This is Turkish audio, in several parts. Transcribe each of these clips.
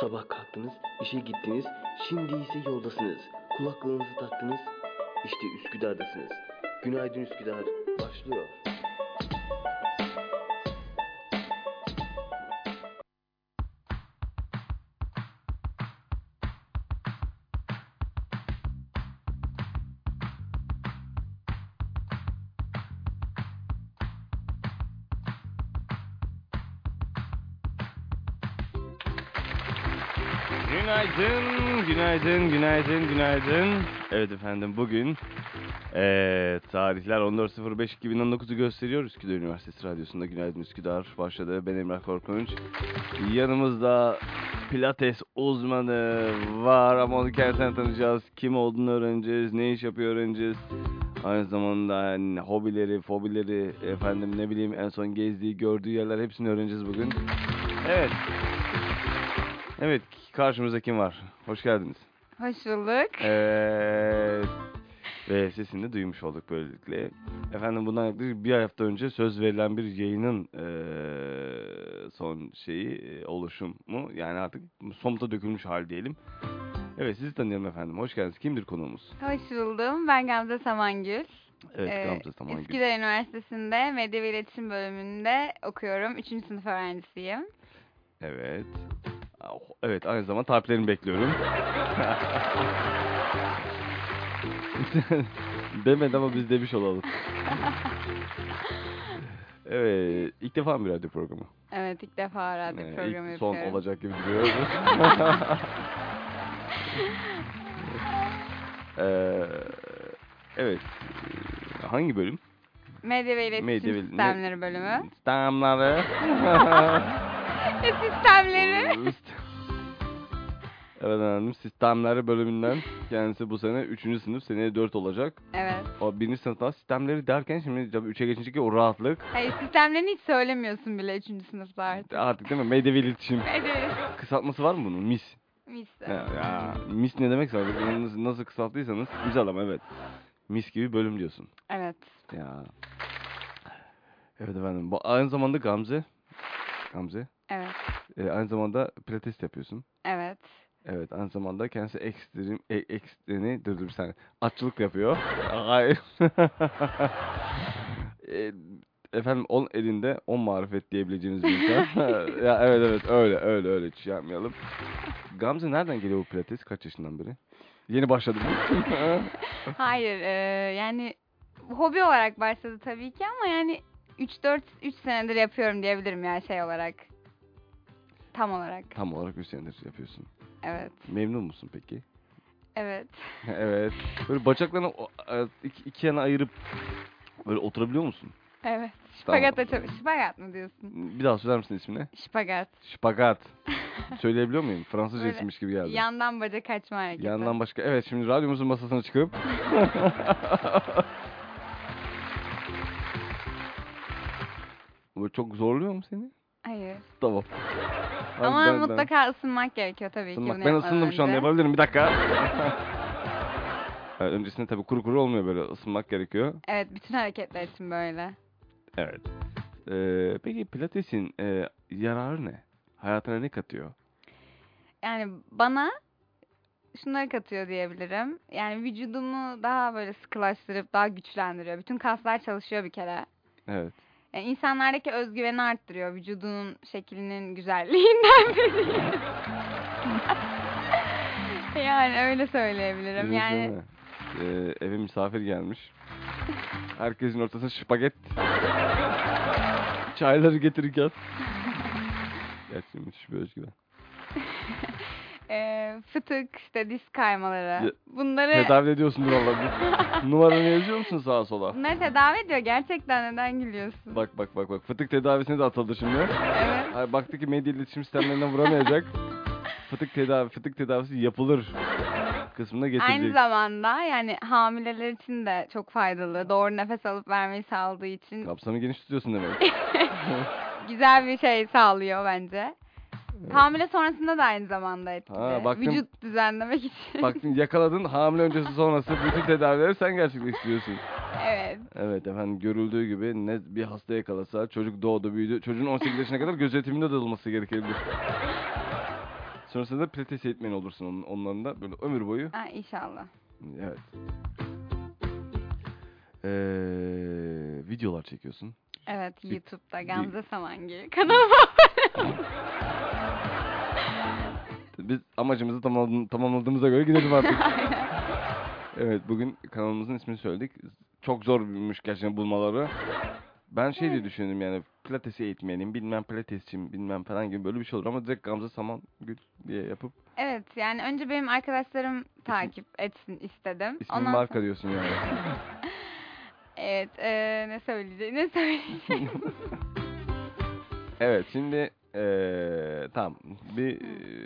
Sabah kalktınız, işe gittiniz, şimdi ise yoldasınız. Kulaklığınızı taktınız, işte Üsküdar'dasınız. Günaydın Üsküdar başlıyor. Günaydın. Evet efendim, bugün tarihler 14.05.2019'u gösteriyor. Üsküdar Üniversitesi Radyosu'nda Günaydın Üsküdar başladı. Ben Emrah Korkunç. Yanımızda Pilates uzmanı var ama onu kendisinden tanıyacağız. Kim olduğunu öğreneceğiz, ne iş yapıyor öğreneceğiz. Aynı zamanda yani hobileri, fobileri, efendim ne bileyim en son gezdiği, gördüğü yerler hepsini öğreneceğiz bugün. Evet, karşımızda kim var? Hoş geldiniz. Hoş bulduk. Ve sesini de duymuş olduk böylelikle. Efendim bundan yaklaşık bir hafta önce söz verilen bir yayının son oluşumu. Yani artık somuta dökülmüş hal diyelim. Evet, sizi tanıyalım efendim. Hoş geldiniz. Kimdir konuğumuz? Hoş buldum. Ben Gamze Samangül. Evet, Gamze Samangül. Üsküdar Üniversitesi'nde Medya ve İletişim bölümünde okuyorum. 3. sınıf öğrencisiyim. Evet. Evet, aynı zamanda tariflerini bekliyorum. Demedi ama biz demiş olalım. Evet, ilk defa mı bir radyo programı? Evet, ilk defa radyo programı ilk yapıyorum. son olacak gibi duruyor. Evet, hangi bölüm? Medya ve İletişim Sistemleri bölümü. Sistemleri. Sistemleri. Evet efendim, sistemleri bölümünden kendisi bu sene 3. sınıf, seneye 4 olacak. Evet. O 1. sınıfta sistemleri derken şimdi tabii 3'e geçince ki o rahatlık. Hayır, sistemlerini hiç söylemiyorsun bile 3. sınıfta artık. Artık değil mi? Medya ve iletişim. Evet. Kısaltması var mı bunun? MIS. Mis. Ya MIS ne demek zaten? Nasıl kısalttıysanız güzel ama evet. MIS gibi bölüm diyorsun. Evet. Ya. Evet efendim. Bu aynı zamanda Gamze. Evet. Aynı zamanda pilates yapıyorsun. Evet. Evet, aynı zamanda kendisi dur bir saniye. Atçılık yapıyor. Efendim 10 elinde 10 marifet diyebileceğimiz bir insan. Ya evet öyle hiç yapmayalım. Gamze nereden geliyor bu pilates? Kaç yaşından beri? Yeni başladı mı? Hayır, yani hobi olarak başladı tabii ki ama yani 3 senedir yapıyorum diyebilirim ya şey olarak. Tam olarak. Tam olarak 3 senedir yapıyorsun. Evet. Memnun musun peki? Evet. Evet. Böyle bacaklarını iki yana ayırıp böyle oturabiliyor musun? Evet. Tamam. Şipagat mı diyorsun? Bir daha söyler misin ismini? Şipagat. Söyleyebiliyor muyum? Fransızca Böyle isimmiş gibi geldi. yandan bacak açma hareketi. Yandan başka. Evet, şimdi radyomuzun masasına çıkıp bu çok zorluyor mu seni? Hayır. Tamam. Ama mutlaka ısınmak gerekiyor tabii ki. Ben ısındım şu anda, yapabilirim bir dakika. Öncesinde tabii kuru olmuyor, böyle ısınmak gerekiyor. Evet, bütün hareketler için böyle. Evet. Peki pilatesin yararı ne? Hayatına ne katıyor? Yani bana şunları katıyor diyebilirim. Yani vücudumu daha böyle sıkılaştırıp daha güçlendiriyor. Bütün kaslar çalışıyor bir kere. Evet. Yani insanlardaki özgüveni arttırıyor. Vücudunun şeklinin güzelliğinden biri. Yani öyle söyleyebilirim. Yani Eve misafir gelmiş. Herkesin ortasına şpaget. Çayları getirirken. Gerçi müthiş bir özgüven. Fıtık, işte diz kaymaları. Ya, bunları tedavi ediyorsundur Allah'ım. Numaranı yazıyor musun sağa sola? bunları tedavi ediyor. Gerçekten neden gülüyorsun? Bak. Fıtık tedavisine de atıldı şimdi. Evet. Hayır, baktı ki medya iletişim sistemlerinden vuramayacak. Fıtık tedavisi yapılır kısmına getirecek. Aynı zamanda yani hamileler için de çok faydalı. Doğru nefes alıp vermeyi sağladığı için Kapsamı geniş tutuyorsun demek. güzel bir şey sağlıyor bence. Evet. Hamile sonrasında da aynı zamanda etkili. Vücut düzenlemek için. Baktın, yakaladın, hamile öncesi sonrası bütün tedavileri sen gerçekleştiriyorsun. Evet. Evet efendim, görüldüğü gibi ne bir hasta yakalasa, çocuk doğdu büyüdü, çocuğun 18 yaşına kadar gözetiminde de olması gerekebilir. Sonrasında da pilates eğitmeni olursun onların da böyle ömür boyu. Ha, inşallah. Evet. Videolar çekiyorsun. Evet, Bir- YouTube'da Gamze Samangil kanalıma. Biz amacımızı tamamladığımıza göre gidelim artık. Evet, bugün kanalımızın ismini söyledik. Çok zormuş gerçekten bulmaları. Ben şey diye düşündüm yani pilates eğitmeniyim, bilmem pilatesçiyim, bilmem falan gibi böyle bir şey olur ama direkt Gamze Samangil diye yapıp Evet, yani önce benim arkadaşlarım takip etsin istedim. ismin Ondan marka sonra- diyorsun yani. Evet, ne söyleyeceğim? Evet, şimdi tamam bir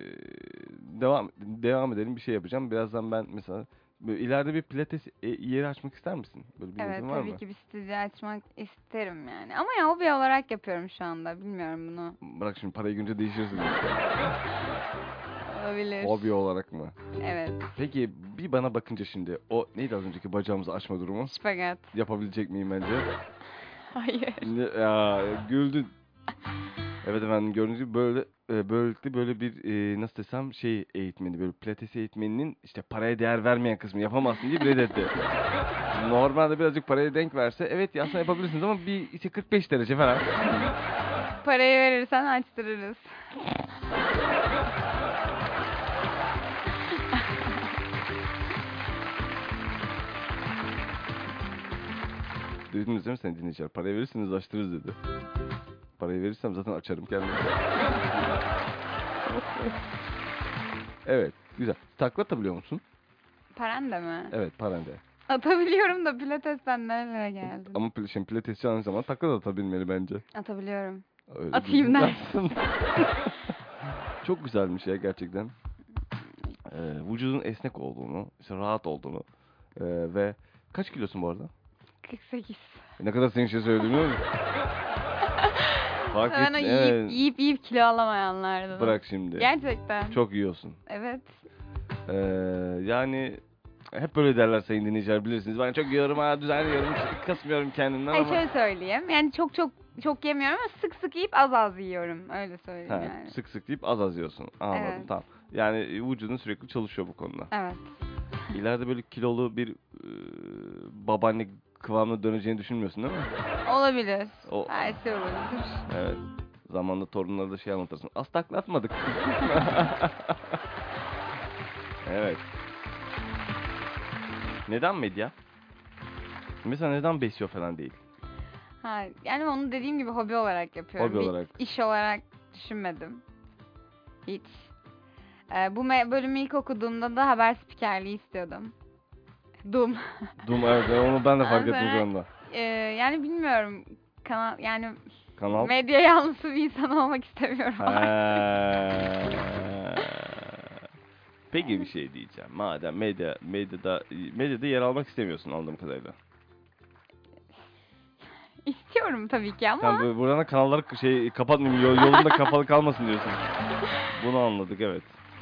devam edelim, bir şey yapacağım. Birazdan ben mesela böyle ileride bir pilates yeri açmak ister misin? Böyle bir Evet, niyetin var tabii mı? ki bir stüdyo açmak isterim yani. Ama ya hobi olarak yapıyorum şu anda. Bilmiyorum bunu. Bırak şimdi parayı günce değişirsin. Olabilir. Hobi olarak mı? Evet. Peki bir bana bakınca şimdi o neydi az önceki bacağımızı açma durumu? Şpagat. Yapabilecek miyim bence? Hayır. Ya güldün. Evet efendim, gördüğünüz gibi böylelikle böyle bir nasıl desem şey eğitmeni, böyle pilates eğitmeninin işte paraya değer vermeyen kısmı yapamazsın diye reddetti. Normalde birazcık paraya denk verse evet ya aslında yapabilirsiniz ama bir işte 45 derece falan. Parayı verirsen açtırırız. Duydunuz değil mi sen dinleyiciler? Parayı verirseniz açtırırız dedi. Parayı verirsem zaten açarım kendimi. Evet, güzel. Takla atabiliyor musun? Paran da mı? Evet, parende. Atabiliyorum da pilatesten nerelere geldim? Ama şimdi pilatesçi aynı zamanda takla da atabilmeli bence. Atabiliyorum. Öyle Atayım değil. dersin. Çok güzelmiş ya gerçekten. Vücudun esnek olduğunu, işte rahat olduğunu ve kaç kilosun bu arada? 48. Ne kadar senin şey söyledim biliyor musun? Fark Ben o ettim. Evet. yiyip kilo alamayanlardan. Bırak şimdi. Gerçekten. Çok yiyorsun. Evet. Yani hep böyle derler sayın dinleyiciler, bilirsiniz. Ben çok yiyorum, düzenli yiyorum, kasmıyorum kendimden Hayır, ama. şöyle söyleyeyim. Yani çok yemiyorum ama sık sık yiyip az yiyorum. Öyle söyleyeyim Ha, yani. sık sık deyip az yiyorsun. Anladım, Evet. tamam. Yani vücudun sürekli çalışıyor bu konuda. Evet. İleride böyle kilolu bir babaanne kıvamına döneceğini düşünmüyorsun değil mi? Olabilir. O- Her şey olabilir. Evet. Zamanla torunlara da şey anlatırsın. Az takla atmadık. Evet. Neden medya? Mesela neden besliyor falan değil? Ha, yani onu dediğim gibi hobi olarak yapıyorum. Hobi Bir olarak. iş olarak düşünmedim. Hiç. Bu bölümü ilk okuduğumda da haber spikerliği istiyordum. Dum. Evet, onu ben de fark Ondan ettim şu sonra- anda. Yani bilmiyorum. Yani Kanal. medya yanlısı bir insan olmak istemiyorum. Peki bir şey diyeceğim. Madem medyada yer almak istemiyorsun anladığım kadarıyla. İstiyorum tabii ki ama Sen buradan da kanalları kapatmayayım, yolunda kapalı kalmasın diyorsun. Bunu anladık, evet.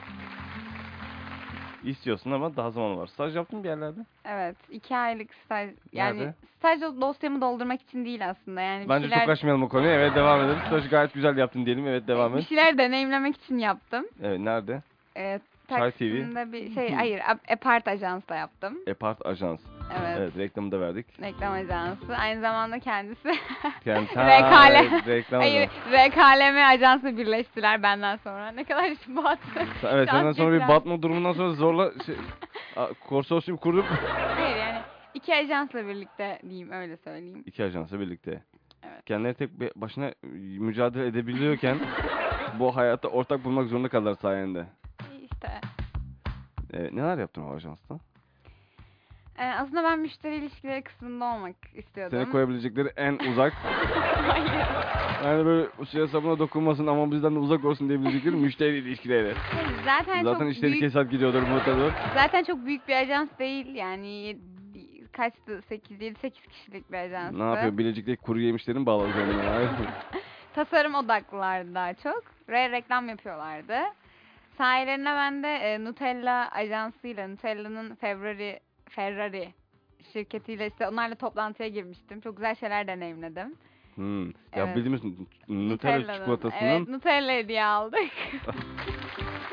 İstiyorsun ama daha zaman var. Staj yaptın mı bir yerlerde? evet, 2 aylık staj, yani Nerede? staj dosyamı doldurmak için değil aslında, yani bir Bence şeyler, çok açmayalım o konuya. Evet, devam edelim. Stajı gayet güzel yaptın diyelim. Evet, devam bir et. şeyler deneyimlemek için yaptım. Evet, nerede? Taksim'de TV. bir hayır, Apart Ajans'ta yaptım. Apart Ajans. Evet. Evet, reklamı da verdik. Reklam ajansı. Aynı zamanda kendisi Kendisi. RKL. Reklam Hayır, ajansı. RKLM ajansla birleştiler benden sonra. Ne kadar bat. Evet, senden şans sonra bir getiren. batma durumundan sonra zorla konsorsiyum kurduk. Hayır, yani 2 ajansla birlikte diyeyim, öyle söyleyeyim. 2 ajansla birlikte. Evet. Kendileri tek başına mücadele edebiliyorken bu hayatta ortak bulmak zorunda kalırlar sayende. İşte. Neler yaptın o ajansta? Aslında ben müşteri ilişkileri kısmında olmak istiyordum. Seni koyabilecekleri en uzak. Hayır. Yani böyle şey hesabına dokunmasın ama bizden de uzak olsun diyebilecekleri müşteri ilişkileri. Zaten çok işleri büyük, kesat gidiyordur muhtemelen. zaten çok büyük bir ajans değil yani, kaçtı, 7-8 kişilik bir ajanstı. Ne yapıyor? Bilecikteki kuru yemişlerini mi bağladı kendine? Tasarım odaklılardı daha çok. Reklam yapıyorlardı. Sahilerine ben de Nutella ajansıyla, Nutella'nın Ferrari şirketiyle, işte onlarla toplantıya girmiştim. Çok güzel şeyler deneyimledim. Ya Evet. bildiğimiz Nutella Nutella'nın, çikolatasının evet, Nutella hediye aldık.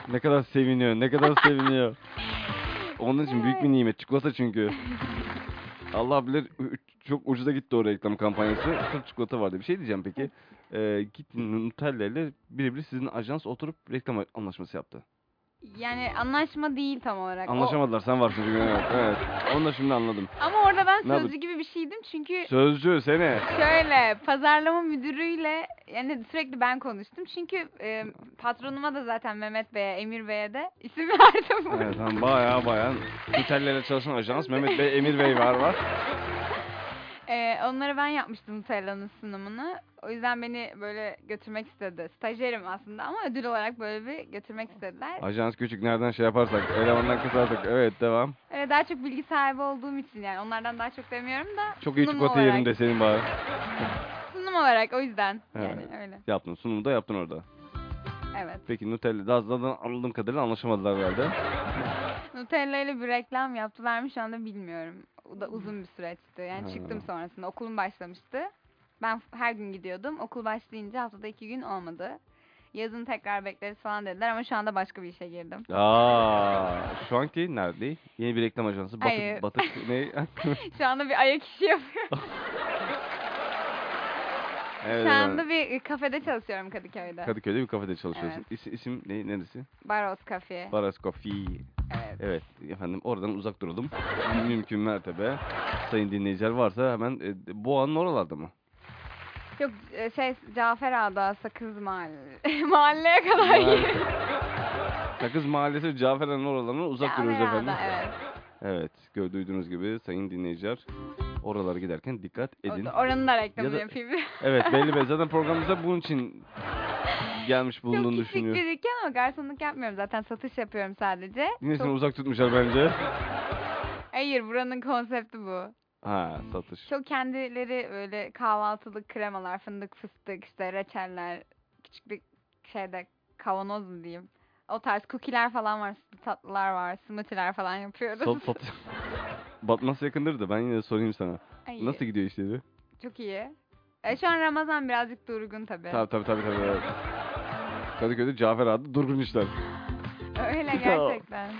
Ne kadar seviniyor, ne kadar seviniyor. Onun için büyük bir nimet. Çikolata çünkü. Allah bilir çok ucuza gitti o reklam kampanyası. Sırf çikolata vardı. Bir şey diyeceğim peki. Gittin Nutella ile birebir sizin ajans oturup reklam anlaşması yaptı. Yani anlaşma değil tam olarak. Anlaşamadılar. Sen varsın çünkü. Evet, evet. Onu da şimdi anladım. Ama orada ben Ne sözcü gibi bir şeydim çünkü Sözcü seni. şöyle pazarlama müdürüyle yani sürekli ben konuştum. Çünkü patronuma da zaten Mehmet Bey'e, Emir Bey'e de isim verdim. Evet, tamam, bayağı. Nutella ile çalışan ajans Mehmet Bey, Emir Bey var. Onlara ben yapmıştım Nutella'nın sunumunu. O yüzden beni böyle götürmek istedi. Stajyerim aslında ama ödül olarak böyle bir götürmek istediler. Ajans küçük, nereden şey yaparsak, elemandan kısarsak. Evet, devam. Daha çok bilgi sahibi olduğum için yani onlardan daha çok demiyorum da. Çok iyi sunum çikolata olarak- yerinde senin bari. Sunum olarak o yüzden Evet. yani öyle. Yaptın, sunumu da yaptın orada. Evet. Peki Nutella, daha zaten anladığım kadarıyla anlaşamadılar herhalde. Nutella ile bir reklam yaptılar mı şu anda bilmiyorum. O da uzun bir süreçti. Yani Ha. çıktım sonrasında. Okulum başlamıştı. Ben her gün gidiyordum. Okul başlayınca haftada 2 gün olmadı. Yazın tekrar bekleriz falan dediler ama şu anda başka bir işe girdim. Şu anki nerede? Yeni bir reklam ajansı. Hayır. Batık ne? Şu anda bir ayak işi yapıyorum. Evet, Şu anda bir kafede çalışıyorum Kadıköy'de. Kadıköy'de bir kafede çalışıyorsun. İsim ne? Neresi? Baros Cafe. Baras Coffee. Evet. Evet efendim, oradan uzak duralım. Mümkün mertebe. Sayın dinleyiciler varsa hemen Boğa'nın oralarda mı? Yok Cafer Ağa'da Sakız Mahalle. Mahalleye kadar gidiyorum. Sakız Mahallesi Cafer'in oralarına uzak duruyoruz Cafer efendim. Ağa'da evet. Evet, duyduğunuz gibi sayın dinleyiciler, oralara giderken dikkat edin. Oranın da reklamını Ya da- yapayım. Evet, belli zaten programımıza bunun için gelmiş bulunduğunu Çok küçük düşünüyor. bir dükkan ama garsonluk yapmıyorum zaten, satış yapıyorum sadece. Yine seni Çok- uzak tutmuşlar bence. Hayır, buranın konsepti bu. Ha, satış. Çok kendileri böyle kahvaltılık kremalar, fındık, fıstık, işte reçeller, küçük bir şeyde kavanoz mu diyeyim. O tarz cookie'ler falan var, tatlılar var, smoothie'ler falan yapıyoruz. Sat. Batması yakındır da ben yine de sorayım sana. Ay, Nasıl gidiyor işleri? çok iyi. Şu an Ramazan birazcık durgun tabii. Tabii. Evet. Kadıköy'de Cafer adı durgun işler. Öyle gerçekten.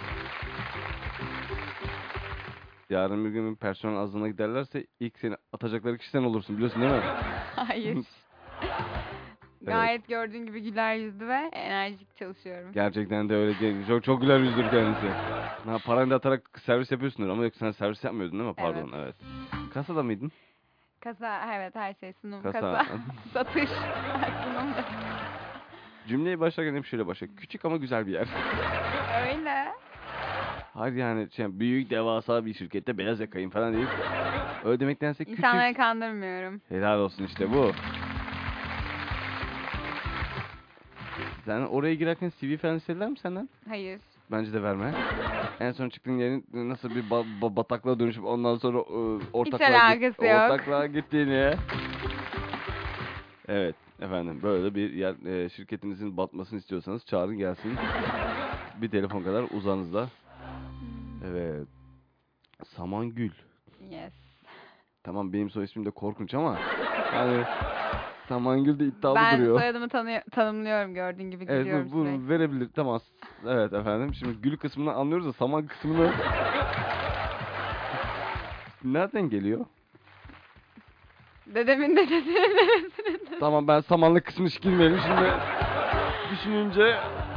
Yarın bir gün personel azlığına giderlerse ilk seni atacakları kişi sen olursun, biliyorsun değil mi? Hayır. Gayet gördüğün gibi güler yüzlü ve enerjik çalışıyorum. Gerçekten de öyle. Çok güler yüzdür kendisi. Paranı da atarak servis yapıyorsundur ama yok, sen servis yapmıyordun değil mi? Pardon, evet. Kasada mıydın? Kasa, evet, her şey sunum, Kasa. kasa, satış, sunum da. Cümleyi başlarken hep şöyle başla. Küçük ama güzel bir yer. Öyle. Hayır yani büyük devasa bir şirkette beyaz yakayım falan deyip öyle demektense küçük. İnsanları kandırmıyorum. Helal olsun, işte bu. Sen oraya girerken CV falan istediler mi senden? Hayır. Bence de verme. En son çıktığın yerin nasıl bir bataklığa dönüşüp ondan sonra alakası yok. ortaklığa gittiğini. Evet efendim, böyle bir yer, şirketinizin batmasını istiyorsanız çağırın gelsin. Bir telefon kadar uzağınızda. Evet. Samangül. Yes. Tamam, benim soy ismim de korkunç ama hani Samangül de iddialı Ben duruyor. soyadımı tanımlıyorum, gördüğün gibi Evet, gülüyorum bu sürekli. verebilir, tamam. Evet efendim, şimdi gül kısmını anlıyoruz da saman kısmını nereden geliyor? Dedemin dedesinin dedesinin. Tamam, ben samanlık kısmını hiç girmeyelim şimdi. Düşününce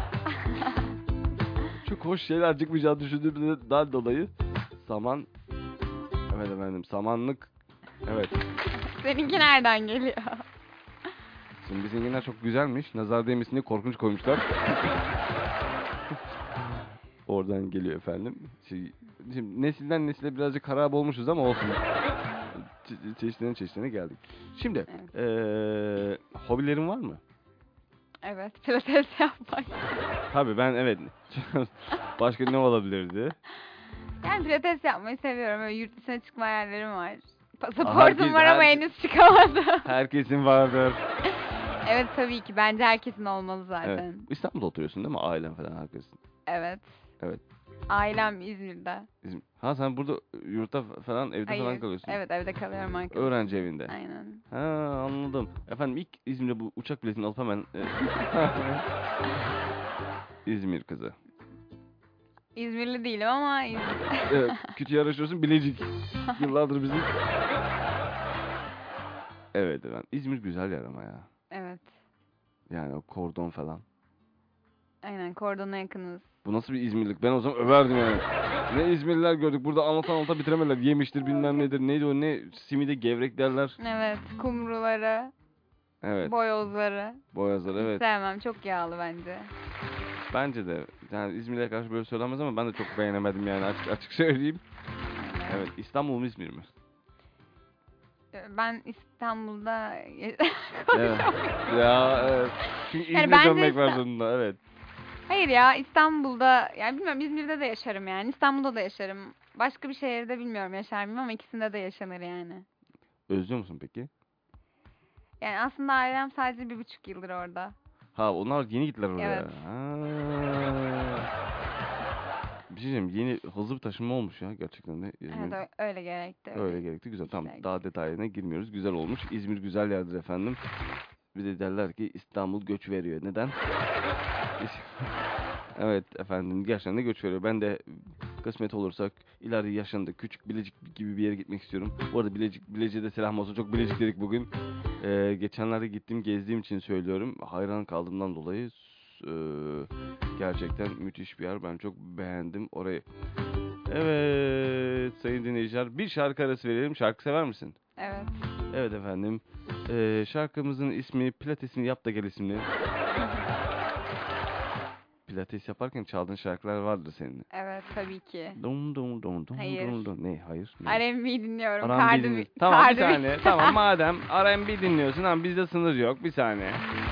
çok hoş şeyler çıkmayacağını düşündüğümden dolayı saman. Evet efendim, samanlık. Evet. Seninki nereden geliyor? Şimdi bizimkiler çok güzelmiş. Nazar değmesin diye korkunç koymuşlar. Oradan geliyor efendim. Şimdi nesilden nesile birazcık harap olmuşuz ama olsun. Çeşitlerine geldik. Şimdi hobilerin var mı? Evet, pilates yapmak. Tabii ben evet. Başka ne olabilirdi? Yani pilates yapmayı seviyorum. Böyle yurt dışına çıkma hayallerim var. Pasaportum herkes- var ama henüz çıkamadım. Herkesin vardır. Evet, tabii ki. Bence herkesin olmalı zaten. Evet. İstanbul'da oturuyorsun değil mi? Ailen falan herkesin. Evet. Evet. Ailem İzmir'de. Ha, sen burada yurtta falan, evde falan Hayır. kalıyorsun. Evet, evde kalıyorum arkadaşlar. Öğrenci evinde. Aynen. Ha, anladım. Efendim ilk İzmir'de bu uçak biletini alıp hemen İzmir kızı. İzmirli değilim ama Evet, kötü yarışıyorsun Bilecik. Yıllardır bizim. Evet efendim. İzmir güzel yer ama ya. Evet. Yani o kordon falan. Aynen kordona yakınız. Bu nasıl bir İzmirlik? Ben o zaman överdim yani. Ne İzmirliler gördük. Burada anlata bitiremediler. Yemiştir bilmem nedir. Neydi o ne? Simide gevrek derler. Evet. Kumruları, Evet. boyozları. Boyazlar evet. Sevmem. Çok yağlı bence. Bence de. Yani İzmir'e karşı böyle söylenmez ama ben de çok beğenemedim yani açık söyleyeyim. Evet. İstanbul mu İzmir mi? Ben İstanbul'da Evet. Ya evet. Çünkü Yani İzmir'e bence dönmek var zorunda. Evet. Hayır ya İstanbul'da yani bilmiyorum İzmir'de de yaşarım yani İstanbul'da da yaşarım. Başka bir şehirde bilmiyorum yaşar mıyım ama ikisinde de yaşanır yani. Özlüyor musun peki? Yani aslında ailem sadece 1,5 yıldır orada. Ha onlar yeni gittiler oraya. Evet. Ha. Bir şey diyeyim, yeni hızlı bir taşınma olmuş ya gerçekten de İzmir. Evet öyle gerekti. Öyle gerekti. Güzel. Tamam. gerekti. Daha detaylarına girmiyoruz. Güzel olmuş. İzmir güzel yerdir efendim. Bir de derler ki İstanbul göç veriyor. Neden? Evet efendim. Gerçekten de göç veriyor. Ben de kısmet olursak ileride yaşandı küçük Bilecik gibi bir yere gitmek istiyorum. Bu arada Bilecik'e de selam olsun. Çok Bilecik dedik bugün. Geçenlerde gittim gezdiğim için söylüyorum. Hayran kaldığımdan dolayı gerçekten müthiş bir yer. Ben çok beğendim orayı. Evet sayın dinleyiciler, bir şarkı arası verelim. Şarkı sever misin? Evet. Evet efendim. Şarkımızın ismi Pilatesini Yap da Gel isimli. Pilates yaparken çaldığın şarkılar vardır senin. Evet tabii ki. Dum dum dum dum Hayır. dum dum. Ne? Hayır. Ne? R&B dinliyorum. R&B Cardi B. dinliyorsun. Tamam Cardi bir B. saniye. Tamam madem R&B dinliyorsun ama bizde sınır yok. Bir saniye.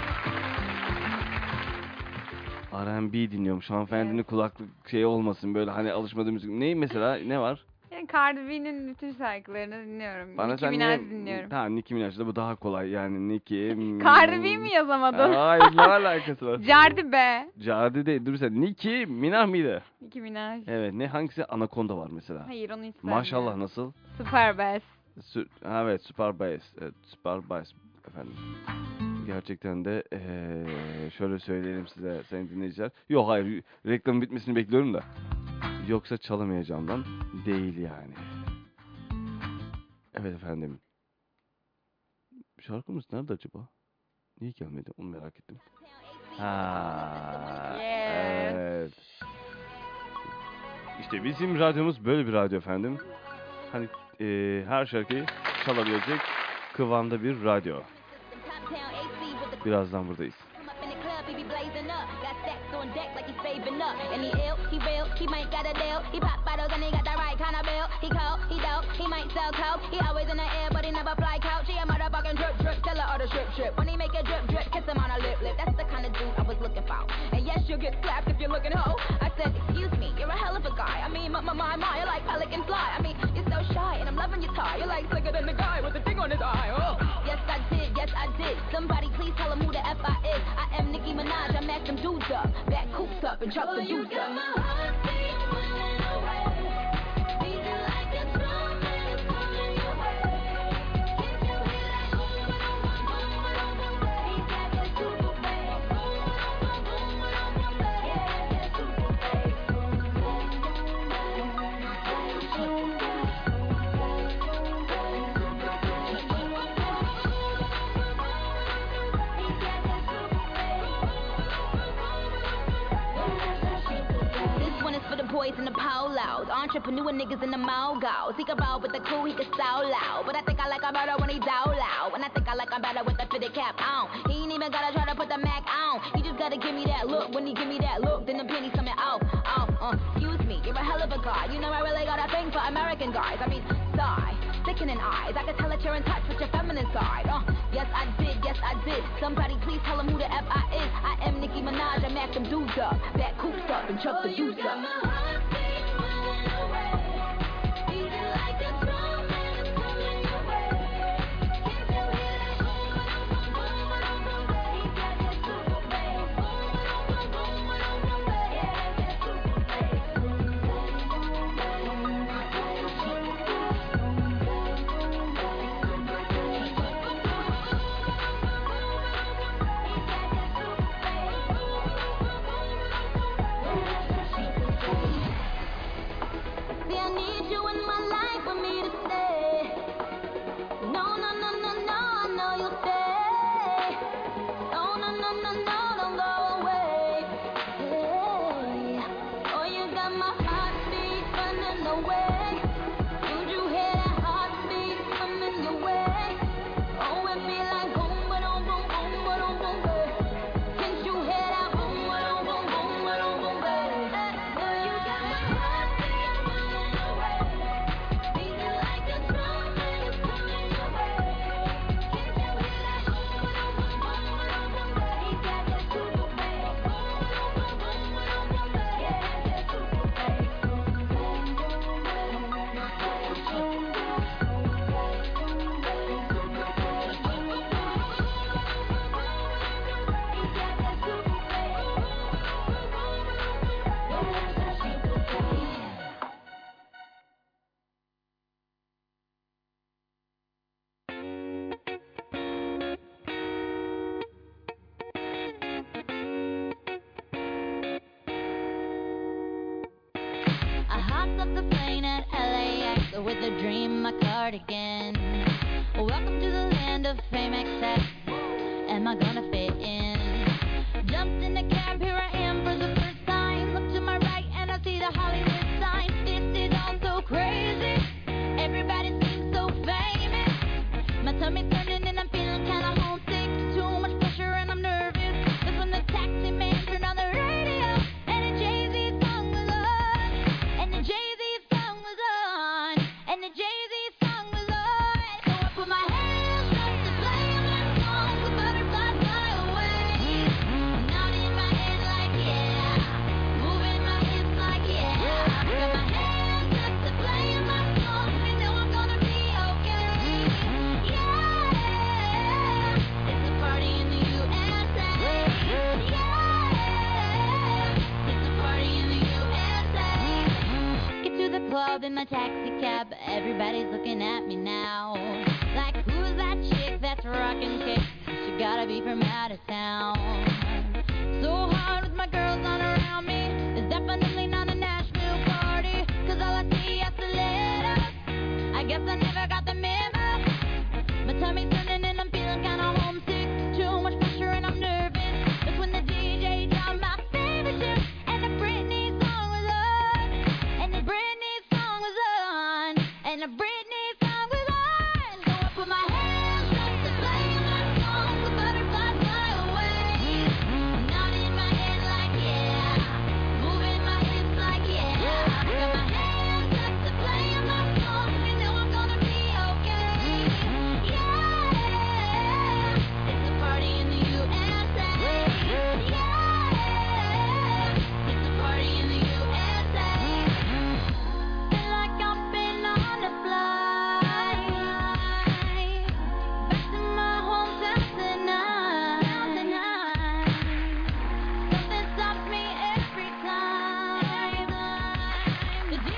R&B dinliyorum. Hanımefendinin Evet. kulaklık şey olmasın böyle hani alışmadığım müzik. Ne mesela ne var? Yani Cardi B'nin bütün şarkılarını dinliyorum. Bana Nicki sen Minaj niye... dinliyorum. Tamam Nicki Minaj'da bu daha kolay yani Nicki... Cardi B mi yazamadın? Hayır ne alakası var? Cardi B. Cardi değil dur sen. Nicki Minaj mıydı? Nicki Minaj. Evet ne hangisi? Anaconda var mesela. Hayır onu hiç sevmiyorum. Maşallah nasıl? Super Bass. Evet Super Bass. Evet, Super Bass efendim. Gerçekten de şöyle söyleyelim size sayın dinleyiciler. Yok hayır reklamın bitmesini bekliyorum da. Yoksa çalamayacağımdan değil yani. Evet efendim. Şarkımız nerede acaba? Niye gelmedi? Onu merak ettim. Ha. Yes. Evet. İşte bizim radyomuz böyle bir radyo efendim. Hani her şarkıyı çalabilecek kıvamda bir radyo. Birazdan buradayız. On deck like he's saving up. And he ill, he real, he might got a deal. He pop bottles and he got the right kind of bill. He cold, he dope, he might sell coke. He always in the air, but he never fly couch. He a motherfucking drip drip, tell her all the strip. When he make a drip drip, kiss him on a lip. That's the kind of dude I was looking for. And yes, you'll get slapped if you're looking hoe. I said, excuse me, you're a hell of a guy. I mean, my, you're like pelican fly. I mean, you're so shy and I'm loving your tie. You're like slicker than the guy with the thing on his eye. Oh. Yes, I did, yes, I did. Somebody please tell him who the F I is. I am Nicki Minaj, I match them dudes up. Back coops up and chuck the dudes up. Boys in the polos, entrepreneur niggas in the mogos. He can roll with the cool, he can so loud. But I think I like him better when he down loud. And I think I like him better with the fitted cap on. He ain't even gotta try to put the Mac on. He just gotta give me that look. When he give me that look, then the pennies coming off. Excuse me, you're a hell of a guy. You know I really got a thing for American guys. I mean, sigh, sickening eyes. I can tell that you're in touch with your feminine side. Yes I did, yes I did. Somebody please tell him who the F I is. I am Nicki Minaj, I match them dudes up. Back coops up and chuck the dudes up. hopped off the plane at LAX with a dream, my cardigan. Welcome to the land of fame excess. Am I gonna fit in? Jumped in the cab, here I am for the first time. Look to my right and I see the Hollywood sign. This is all so crazy. Everybody seems so famous. My tummy's turning and I'm feeling kinda homesick. Too much pressure and I'm nervous. That's when the taxi man turned on the radio and a Jay-Z song was on. And the Jay-Z song was on. And the Jay-Z song was on. So I put my hands up to play my song. The butterflies fly away. Nodding my head like yeah. Moving my hips like yeah. Got my hands up to play my song. You know I'm gonna be okay. Yeah. It's a party in the USA. Yeah. It's a party in the USA. Get to the club in my taxi cab. Everybody's looking at me now. Like, who's that chick that's rockin' kicks? She gotta be from out of town. So hard with my girls on around me. It's definitely not a Nashville party. Cause all I see is stilettos. I guess I never got the memo. My tummy's turning and I'm feeling kinda homesick. Too much pressure and I'm nervous. That's when the DJ dropped my favorite tune. And the Britney song was on. And the Britney song was on. And the Britney song was on. So I put my hands up to play my song. The butterflies fly away. Nodding my head like yeah. Moving my hips like yeah. Got my hands up to play my song. You know I'm gonna be okay. Yeah. It's a party in the USA. Yeah. It's a party in the USA. Feel like I've been on a flight back to my hometown tonight. Something stops me every time. The DJ.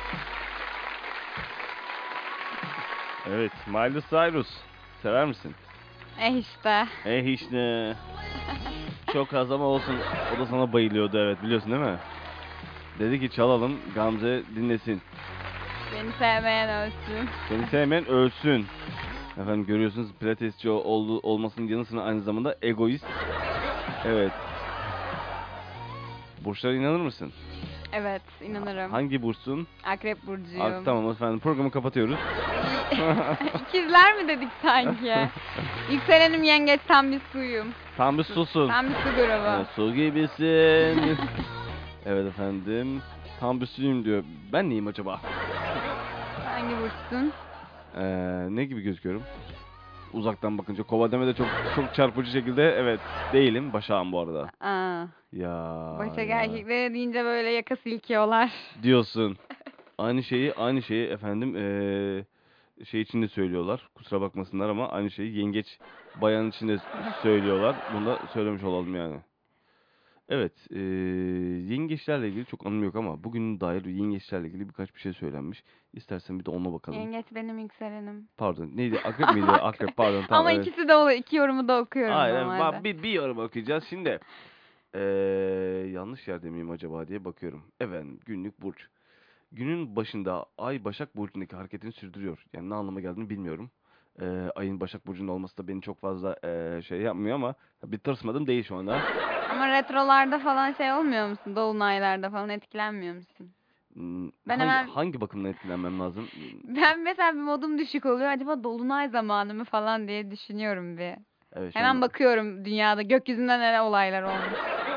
Evet, Miley Cyrus. Sever misin? İşte. İşte. Çok az ama olsun. O da sana bayılıyordu, evet, biliyorsun değil mi? Dedi ki çalalım, Gamze dinlesin. Beni sevmeyen ölsün. Seni sevmeyen ölsün. Efendim görüyorsunuz, pilatesçi olmasının yanı sıra aynı zamanda egoist. Evet. Burçlara inanır mısın? Evet, inanırım. Hangi burçsun? Akrep burcuyum. Tamam efendim, programı kapatıyoruz. İkizler mi dedik sanki? Yükselenim yengeç, tam bir suyum. Tam bir susun. Tam bir su grubu. Evet, su gibisin. Evet efendim. Tam bir suyum diyor. Ben neyim acaba? Hangi burçsun? Ne gibi gözüküyorum? Uzaktan bakınca kova deme de çok çarpıcı şekilde evet değilim. Başak'ım bu arada. Aa, Ya. Başak erkeklere deyince böyle yaka silkiyorlar. Diyorsun. Aynı şeyi efendim şey için de söylüyorlar. Kusura bakmasınlar ama aynı şeyi yengeç bayan için de söylüyorlar. Bunu da söylemiş olalım yani. Evet, yengeçlerle ilgili çok anım yok ama bugün dair yengeçlerle ilgili birkaç bir şey söylenmiş. İstersen bir de ona bakalım. Yengeç benim yükselenim. Pardon, neydi? Akrep miydi? Akrep, pardon. Tamam, Ama evet. ikisi de oluyor. İki yorumu da okuyorum Aynen, normalde. bir yorum okuyacağız. Şimdi yanlış yerde miyim acaba diye bakıyorum. Evet, günlük burç. Günün başında Ay Başak Burcu'ndaki hareketini sürdürüyor. Yani ne anlama geldiğini bilmiyorum. Ayın Başak Burcu'nda olması da beni çok fazla şey yapmıyor ama bir tırsmadım değil şu anda. Ama retrolarda falan şey olmuyor musun? Dolunaylarda falan etkilenmiyor musun? Hangi bakımdan etkilenmem lazım? Ben mesela bir modum düşük oluyor. Acaba dolunay zamanı mı falan diye düşünüyorum bir. Evet, Hemen bakıyorum dünyada gökyüzünde neler olaylar olmuş.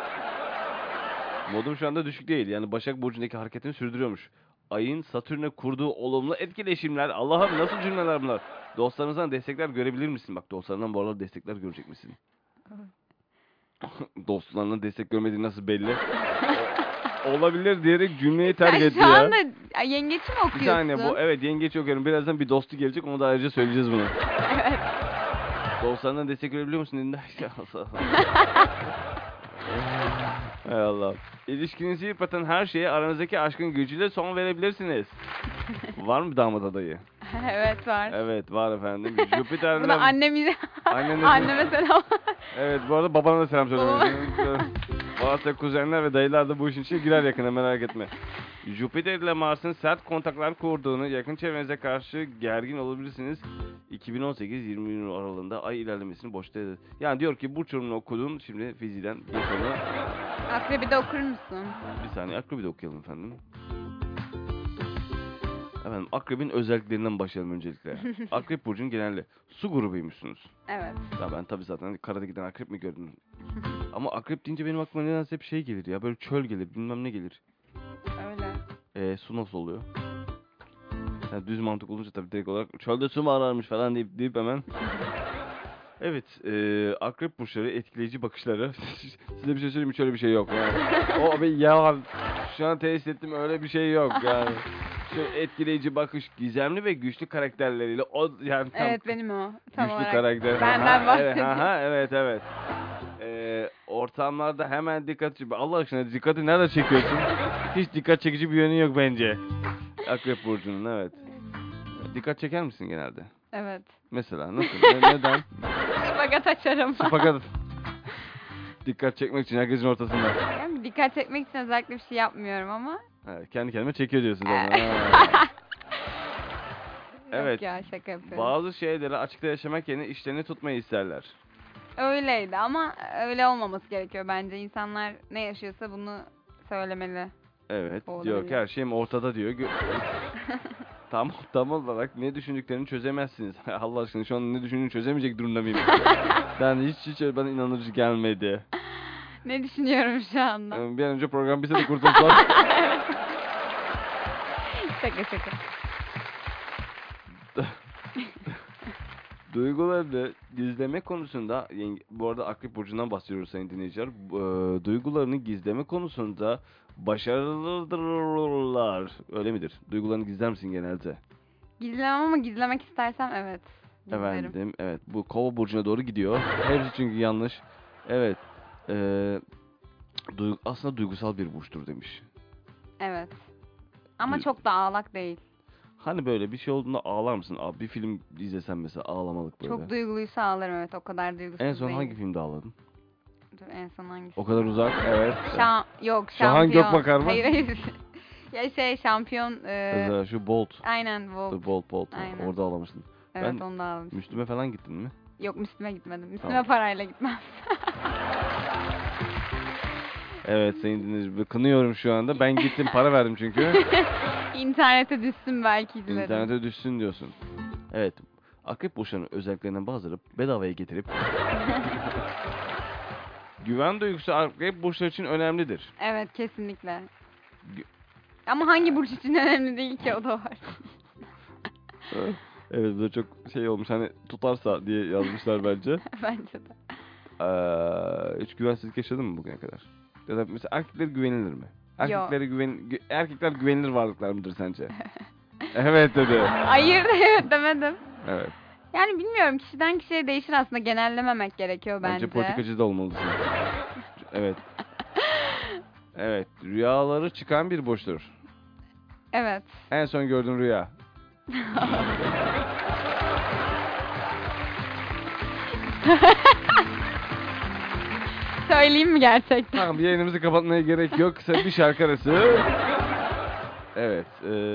Modum şu anda düşük değil. Yani Başak Burcu'ndaki hareketini sürdürüyormuş. Ayın Satürn'e kurduğu olumlu etkileşimler. Allah'ım nasıl cümleler bunlar? Dostlarınızdan destekler görebilir misin? Bak, dostlarından bu aralar destekler görecek misin? Dostlarından destek görmediği nasıl belli? Olabilir diyerek cümleyi terk etti ya. Şu anda yengeçi mi okuyorsun? Bir saniye, evet, yengeç okuyorum. Birazdan bir dostu gelecek, onu da ayrıca söyleyeceğiz bunu. Evet. Dostlarından destek görebiliyor musun? Elinde? Hay Allah. İlişkinizi yıpratan her şeye aranızdaki aşkın gücüyle son verebilirsiniz. Var mı damat adayı? Evet var. Evet var efendim. Jüpiter'den... Anneme selam. Evet, bu arada babana da selam söyle. Varsa kuzenler ve dayılar da bu işin içine girer yakına, merak etme. Jüpiter ile Mars'ın sert kontaklar kurduğunu, yakın çevrenize karşı gergin olabilirsiniz. 2018-20 aralığında ay ilerlemesini boşta eder. Yani diyor ki burç yorumunu okudun, şimdi fiziden geç onu. Akrebi de okur musun? Bir saniye, Akrebi de okuyalım efendim. Efendim, Akrebin özelliklerinden başlayalım öncelikle. Akrep burcunun genelde su grubuymuşsunuz. Evet. Ya ben tabii zaten karada giden akrep mi gördüm? Ama akrep deyince benim aklıma nedense hep şey gelir ya, böyle çöl gelir, bilmem ne gelir. Öyle. Su nasıl oluyor? Yani düz mantık olunca tabii direkt olarak çölde su mu ararmış falan deyip hemen. Evet, akrep burçları etkileyici bakışları. Size bir şey söyleyeyim mi? Şöyle bir şey yok yani. O bir yalan. Şu an tesis ettim, öyle bir şey yok yani. Şu etkileyici bakış, gizemli ve güçlü karakterleriyle o yani tam Evet, benim o. Tam güçlü olarak. karakter. Benden bahsediyor. Evet. Ortamlarda hemen dikkat çekiyor. Allah aşkına dikkati nerede çekiyorsun? Hiç dikkat çekici bir yönü yok bence. Akrep burcunun, evet. Dikkat çeker misin genelde? Evet. Mesela nasıl? Neden? Şpagat açarım. Fakat dikkat çekmek için herkesin ortasında. Yani dikkat çekmek için özellikle bir şey yapmıyorum ama. Evet, kendi kendime çekiyor diyorsun zaten. Ha. Evet. Yok ya, şaka yapıyorum. Bazı şeyleri açıkta yaşamak yerine işlerini tutmayı isterler. Öyleydi ama öyle olmaması gerekiyor bence. İnsanlar ne yaşıyorsa bunu söylemeli. Evet. Olabilir. Diyor ki her şeyim ortada diyor. Tam olarak ne düşündüklerini çözemezsiniz. Allah aşkına şu an ne düşündüğünü çözemeyecek durumda mıyım? Ben hiç bana inandırıcı gelmedi. Ne düşünüyorum şu anda? Bir an önce program bitse de kurtulsak. Şaka. Duygularını gizleme konusunda, bu arada Akrep burcundan bahsediyoruz sayın dinleyiciler. Duygularını gizleme konusunda başarılıdırlar. Öyle midir? Duygularını gizler misin genelde? Gizlemem ama gizlemek istersem evet. Gizlerim. Efendim, evet. Bu Kova burcuna doğru gidiyor. Hepsi çünkü yanlış. Evet. Aslında duygusal bir burçtur demiş. Evet. Ama çok da ağlak değil. Hani böyle bir şey olduğunda ağlar mısın? Abi bir film izlesen mesela ağlamalık böyle. Çok duyguluysa ağlarım, evet, o kadar duygusuz En son değil. hangi filmde ağladın? Dur, en son hangisi? O kadar uzak, evet. Yok, Şahan Şampiyon. Gökbakar mı? Hayır. Ya Şampiyon. Mesela şu Bolt. Aynen Bolt. Bolt. Aynen. Orada ağlamıştın. Evet, onu da almıştım. Müslüme falan gittin mi? Yok, Müslüme gitmedim. Müslüme Tamam. parayla gitmem. Evet sayın dinleyiciler, kınıyorum şu anda. Ben gittim, para verdim çünkü. İnternete düşsün belki izlerim. İnternete düşsün diyorsun. Evet. Akrep burçlarının özelliklerinden bazıları bedavaya getirip güven duygusu akrep burçları için önemlidir. Evet, kesinlikle. Ama hangi burç için önemli değil ki, o da var. Evet, bu da çok şey olmuş, hani tutarsa diye yazmışlar bence. Bence de. Hiç güvensizlik yaşadın mı bugüne kadar? Ya da mesela erkekler güvenilir mi? Erkekler güvenilir varlıklar mıdır sence? Evet dedi. Hayır, evet demedim. Evet. Yani bilmiyorum, kişiden kişiye değişir aslında, genellememek gerekiyor bence. Bence politikacı da olmalısın. Evet. Evet, rüyaları çıkan bir burçtur. Evet. En son gördüğün rüya. Söyleyeyim mi gerçekten? Tamam, yayınımızı kapatmaya gerek yok. Kısa bir şarkı arası. Evet.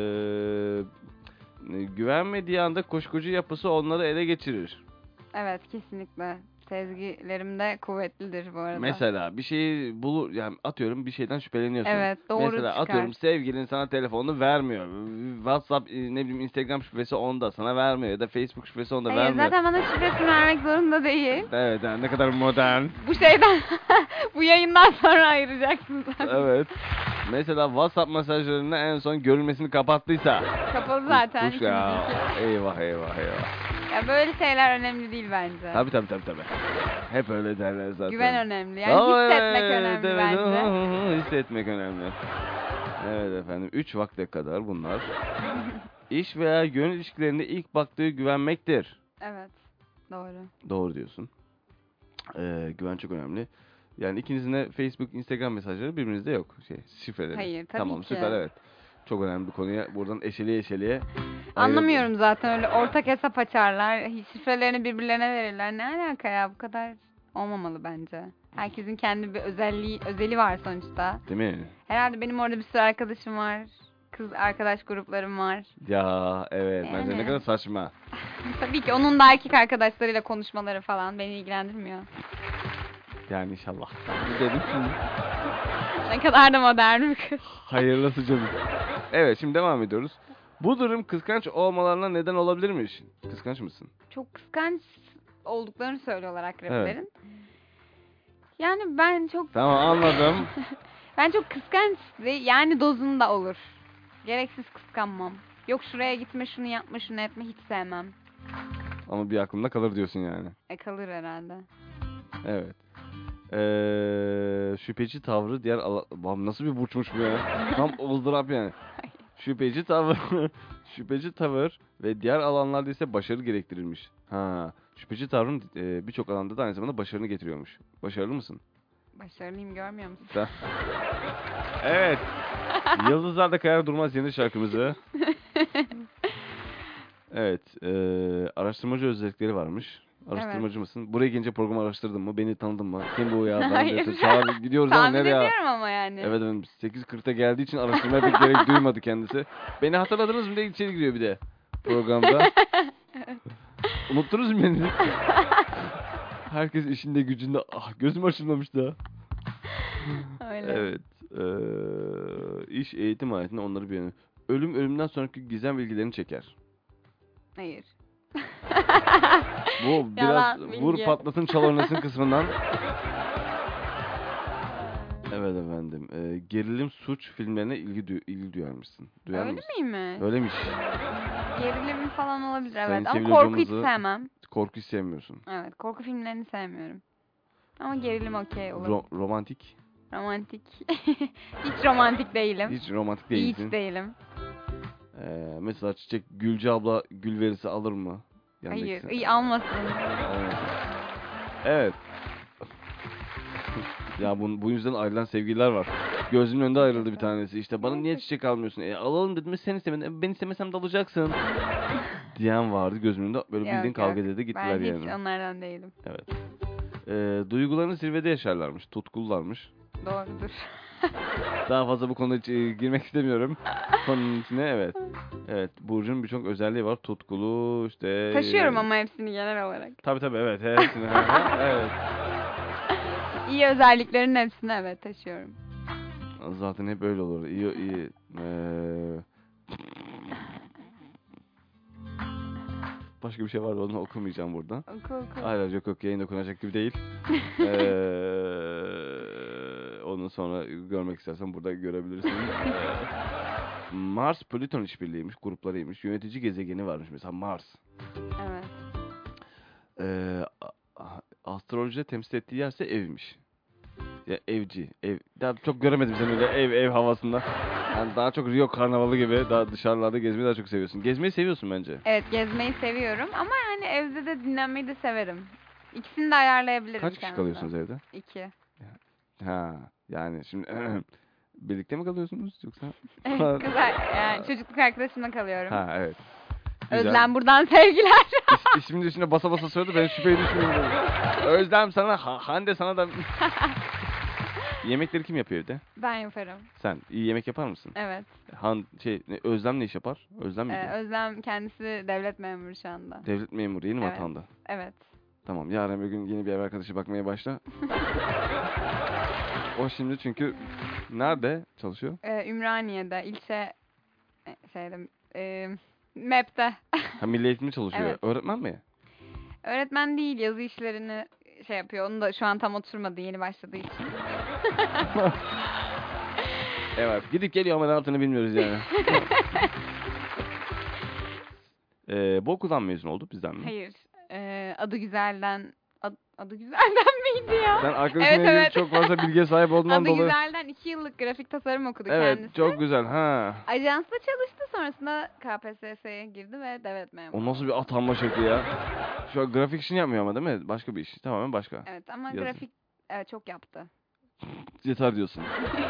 Güvenmediği anda kuşkucu yapısı onları ele geçirir. Evet, kesinlikle. Sezgilerim de kuvvetlidir bu arada. Mesela bir şeyi bulur, yani atıyorum bir şeyden şüpheleniyorsun. Evet, doğru Mesela çıkar. atıyorum sevgilin sana telefonunu vermiyor. WhatsApp ne bileyim Instagram şifresi onda sana vermiyor ya da Facebook şifresi onda Hayır, vermiyor. zaten bana şifresini vermek zorunda değil. Evet, yani ne kadar modern. Bu şeyden, bu yayından sonra ayıracaksın zaten. Evet. Mesela WhatsApp mesajlarında en son görülmesini kapattıysa. Kapalı zaten. Kuş ya. ikimizinki. Eyvah. Ya böyle şeyler önemli değil bence. Tabii. Hep öyle derler zaten. Güven önemli. Yani hissetmek önemli bence. Hissetmek önemli. Evet efendim. 3 vakte kadar bunlar. İş veya gönül ilişkilerinde ilk baktığı güvenmektir. Evet. Doğru. Doğru diyorsun. Güven çok önemli. Yani ikinizin de Facebook, Instagram mesajları birbirinizde yok. Şifreleri. Hayır, tabii tamam, ki. süper, evet. Çok önemli bir konuya. Buradan eşeliğe. Anlamıyorum zaten, öyle ortak hesap açarlar. Şifrelerini birbirlerine verirler. Ne alaka ya, bu kadar Olmamalı bence. Herkesin kendi bir özeli var sonuçta. Değil mi? Herhalde benim orada bir sürü arkadaşım var. Kız arkadaş gruplarım var. Ya evet bence ne Yani. kadar saçma. Tabii ki onun da erkek arkadaşlarıyla konuşmaları falan beni ilgilendirmiyor. Yani inşallah. Dedim şimdi. Ne kadar da modern bir kız. Hayırlısı canım. Evet şimdi devam ediyoruz. Bu durum kıskanç olmalarına neden olabilirmiş. Kıskanç mısın? Çok kıskanç olduklarını söylüyorlar akreplerin. Yani ben çok Tamam anladım. ben çok kıskanç yani dozunda olur. Gereksiz kıskanmam. Yok şuraya gitme, şunu yapma, şunu etme hiç sevmem. Ama bir aklımda kalır diyorsun yani. Kalır herhalde. Evet. Şüpheci tavrı diğer nasıl bir burçmuş bu ya? Tam ızdırap yani. Şüpheci tavır şüpheci tavır ve diğer alanlarda ise başarı gerektirilmiş. Ha, şüpheci tavrın birçok alanda da aynı zamanda başarını getiriyormuş. Başarılı mısın? Başarılıyım görmüyor musun? Evet. Yıldızlar da kayar durmaz yeni şarkımızı. Evet. Araştırmacı özellikleri varmış. Araştırmacı mısın? Buraya gelince programı araştırdın mı? Beni tanıdın mı? Kim bu ya? Ben Hayır. de çağır gidiyoruz ama Tahmin nereye? ediyorum ama yani. Evet efendim 8.40'da geldiği için araştırmaya pek gerek duymadı kendisi. Beni hatırladınız mı diye içeri giriyor bir de programda. Unuttunuz mu beni? Herkes işinde gücünde. Ah gözüm açılmamış daha. Öyle. Evet. İş eğitim hayatında onları bir yana. Ölümden sonraki gizem bilgilerini çeker. Hayır. Bu biraz Yalan vur bilgi. patlatın çal oynasın kısmından. Evet efendim. Gerilim suç filmlerine ilgi duyarmışsın. Duyar Öyle mısın? miymiş? Öyleymiş. Gerilim falan olabilir Sayın evet ama Sevil korku hiç hocamızı- sevmem. Korku hiç sevmiyorsun. Evet korku filmlerini sevmiyorum. Ama gerilim okey olur. Romantik. Romantik. Hiç romantik değilim. Hiç romantik değilsin. Hiç değilim. Mesela Çiçek Gülce abla gül verirse alır mı? Hayır. İyi almasın. Evet. Ya bu yüzden ayrılan sevgililer var. Gözümün önünde ayrıldı bir tanesi. İşte bana niye çiçek almıyorsun? Alalım dedim. Sen istemedin. Ben istemesem de alacaksın. Diyen vardı gözümün önünde. Böyle bildiğin Yok, kavga yok. dedi gittiler Ben yani. hiç onlardan değilim. Evet. Duygularını zirvede yaşarlarmış. Tutkullarmış. Doğrudur. Daha fazla bu konuda hiç girmek istemiyorum. Konunun içine evet. Evet. Burcu'nun birçok özelliği var. Tutkulu işte. Taşıyorum ama hepsini genel olarak. Tabii evet. Hepsini. Evet. İyi özelliklerin hepsini evet taşıyorum. Zaten hep öyle olur. İyi. Başka bir şey vardı onu okumayacağım burada. Oku. Hayır yok yayında okunacak gibi değil. Onu sonra görmek istersen burada görebilirsin. Mars Plüton işbirliğiymiş, gruplarıymış. Yönetici gezegeni varmış mesela Mars. Evet. Astrolojide temsil ettiği yerse evmiş. Ya evci, ev. Daha çok göremedim seni öyle ev havasında. Yani daha çok Rio Karnavalı gibi daha dışarılarda gezmeyi daha çok seviyorsun. Gezmeyi seviyorsun bence. Evet gezmeyi seviyorum ama yani evde de dinlenmeyi de severim. İkisini de ayarlayabilirim Kaç kişi kendime. kalıyorsunuz evde? 2. Ha, yani şimdi birlikte mi kalıyorsunuz yoksa? Evet güzel. Yani çocukluk arkadaşımla kalıyorum. Ha evet. Güzel. Özlem buradan sevgiler. İsminin üstüne basa basa söyledi ben şüpheye düşmeyeyim dedim. Özlem sana Hande sana da yemekleri kim yapıyor evde? Ben yaparım. Sen iyi yemek yapar mısın? Evet. Özlem ne iş yapar? Özlem miydi? Özlem kendisi devlet memuru şu anda. Devlet memuru yeni mi Evet. atandı? Evet. Tamam yarın bir gün yeni bir ev arkadaşı bakmaya başla. O şimdi çünkü nerede çalışıyor? Ümraniye'de ilçe MEP'te. Ha Milli Eğitim'de çalışıyor. Evet. Öğretmen mi? Öğretmen değil yazı işlerini yapıyor. Onu da şu an tam oturmadı yeni başladığı için. Evet. Gidip geliyor ama ne yaptığını bilmiyoruz yani. Bu okuldan mezun oldu bizden mi? Hayır. Adı Güzel'den Adı Güzel'den miydi ya? Sen arkadaşınla ilgili çok fazla bilgiye sahip olduğundan Adı dolayı. Güzel'den 2 yıllık grafik tasarım okudu Evet kendisi. çok güzel ha. Ajansta çalıştı sonrasında KPSS'ye girdi ve devlet memuru. O nasıl bir atanma şekli ya. Şu an grafik işini yapmıyor ama değil mi? Başka bir iş. Tamamen başka. Evet ama Yazın. grafik çok yaptı. Yeter diyorsun.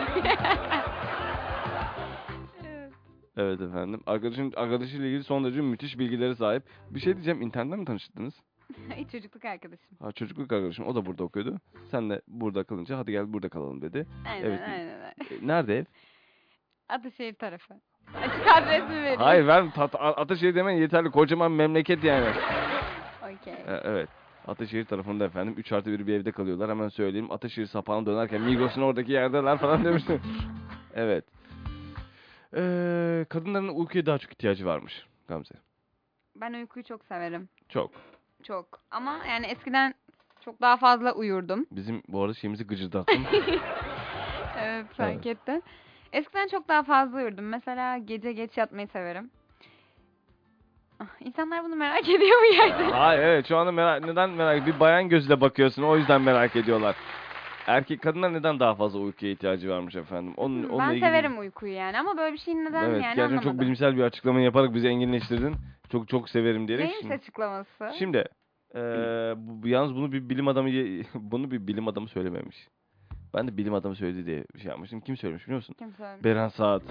Evet. Evet efendim. Arkadaşıyla ilgili son derece müthiş bilgilere sahip. Bir şey diyeceğim. İnternetten mi tanıştınız? Hiç çocukluk arkadaşım. Ha, çocukluk arkadaşım, o da burada okuyordu. Sen de burada kalınca hadi gel burada kalalım dedi. Aynen Evet. aynen. Nerede ev? Ataşehir tarafı. Açık adresimi vereyim. Hayır, ben Ataşehir demen yeterli, kocaman memleket yani. Okey. Evet. Ataşehir tarafında efendim 3+1 bir evde kalıyorlar. Hemen söyleyeyim. Ataşehir sapağına dönerken Migros'un oradaki yerdeler falan demiştim. Evet. Kadınların uykuya daha çok ihtiyacı varmış Gamze. Ben uykuyu çok severim. Çok. Çok. Ama yani eskiden çok daha fazla uyurdum. Bizim bu arada şeyimizi gıcırdattım. Evet, fark ettim. Eskiden çok daha fazla uyurdum. Mesela gece geç yatmayı severim. İnsanlar bunu merak ediyor mu gerçekten? Hayır, evet, şu anda neden merak, bir bayan gözüyle bakıyorsun, o yüzden merak ediyorlar. Kadınlar neden daha fazla uykuya ihtiyacı varmış efendim? Onunla Ben ilgili... severim uykuyu yani ama böyle bir şeyin neden Evet, yani gerçekten anlamadım. çok bilimsel bir açıklama yaparak bizi enginleştirdin. Çok severim diyerek. Neymiş açıklaması? Şimdi yalnız bunu bir bilim adamı söylememiş. Ben de bilim adamı söyledi diye bir şey yapmıştım. Kim söylemiş biliyor musun? Kim söylemiş? Beren Saat.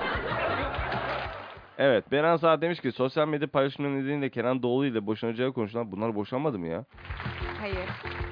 Evet, Beren Saat demiş ki sosyal medya paylaşımları nedeniyle Kenan Doğulu ile boşanacağı konuşulan, bunlar boşanmadı mı ya? Hayır.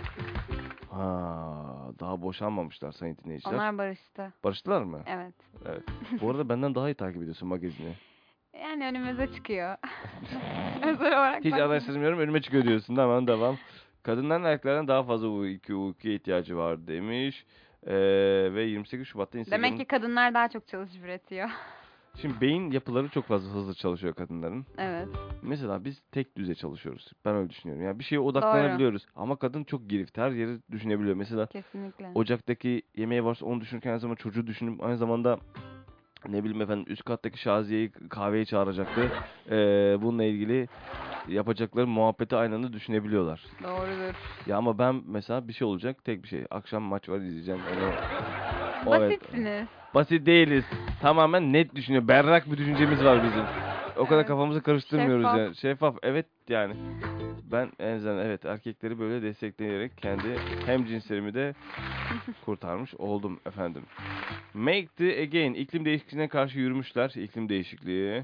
Daha boşanmamışlar sayın dinleyiciler. Onlar barıştı. Barıştılar mı? Evet. Evet. Bu arada benden daha iyi takip ediyorsun magazini. Yani önümüze çıkıyor. Özel olarak Hiç bak- araştırmıyorum, önüme çıkıyor diyorsun. Hemen devam. Kadınların erkeklerden daha fazla uykuya ihtiyacı var demiş. Ve 28 Şubat'ta Instagram'ın... Demek ki kadınlar daha çok çalışıp üretiyor. Şimdi beyin yapıları çok fazla hızlı çalışıyor kadınların. Evet. Mesela biz tek düze çalışıyoruz. Ben öyle düşünüyorum. Yani bir şeye odaklanabiliyoruz. Ama kadın çok girift. Her yeri düşünebiliyor. Mesela Kesinlikle. ocaktaki yemeği varsa onu düşünürken aynı zamanda çocuğu düşünüp aynı zamanda ne bileyim efendim üst kattaki Şaziye'yi kahveye çağıracaktı. Bununla ilgili yapacakları muhabbeti aynı anda düşünebiliyorlar. Doğrudur. Ya ama ben mesela bir şey olacak, tek bir şey. Akşam maç var, izleyeceğim. Evet. Basitsiniz. Basit değiliz. Tamamen net düşünüyor. Berrak bir düşüncemiz var bizim. O kadar Evet. kafamızı karıştırmıyoruz Şeffaf. yani. Şeffaf. Evet yani. Ben en azından evet erkekleri böyle destekleyerek kendi hem cinslerimi de kurtarmış oldum efendim. Make the again. İklim değişikliğine karşı yürümüşler. İklim değişikliği.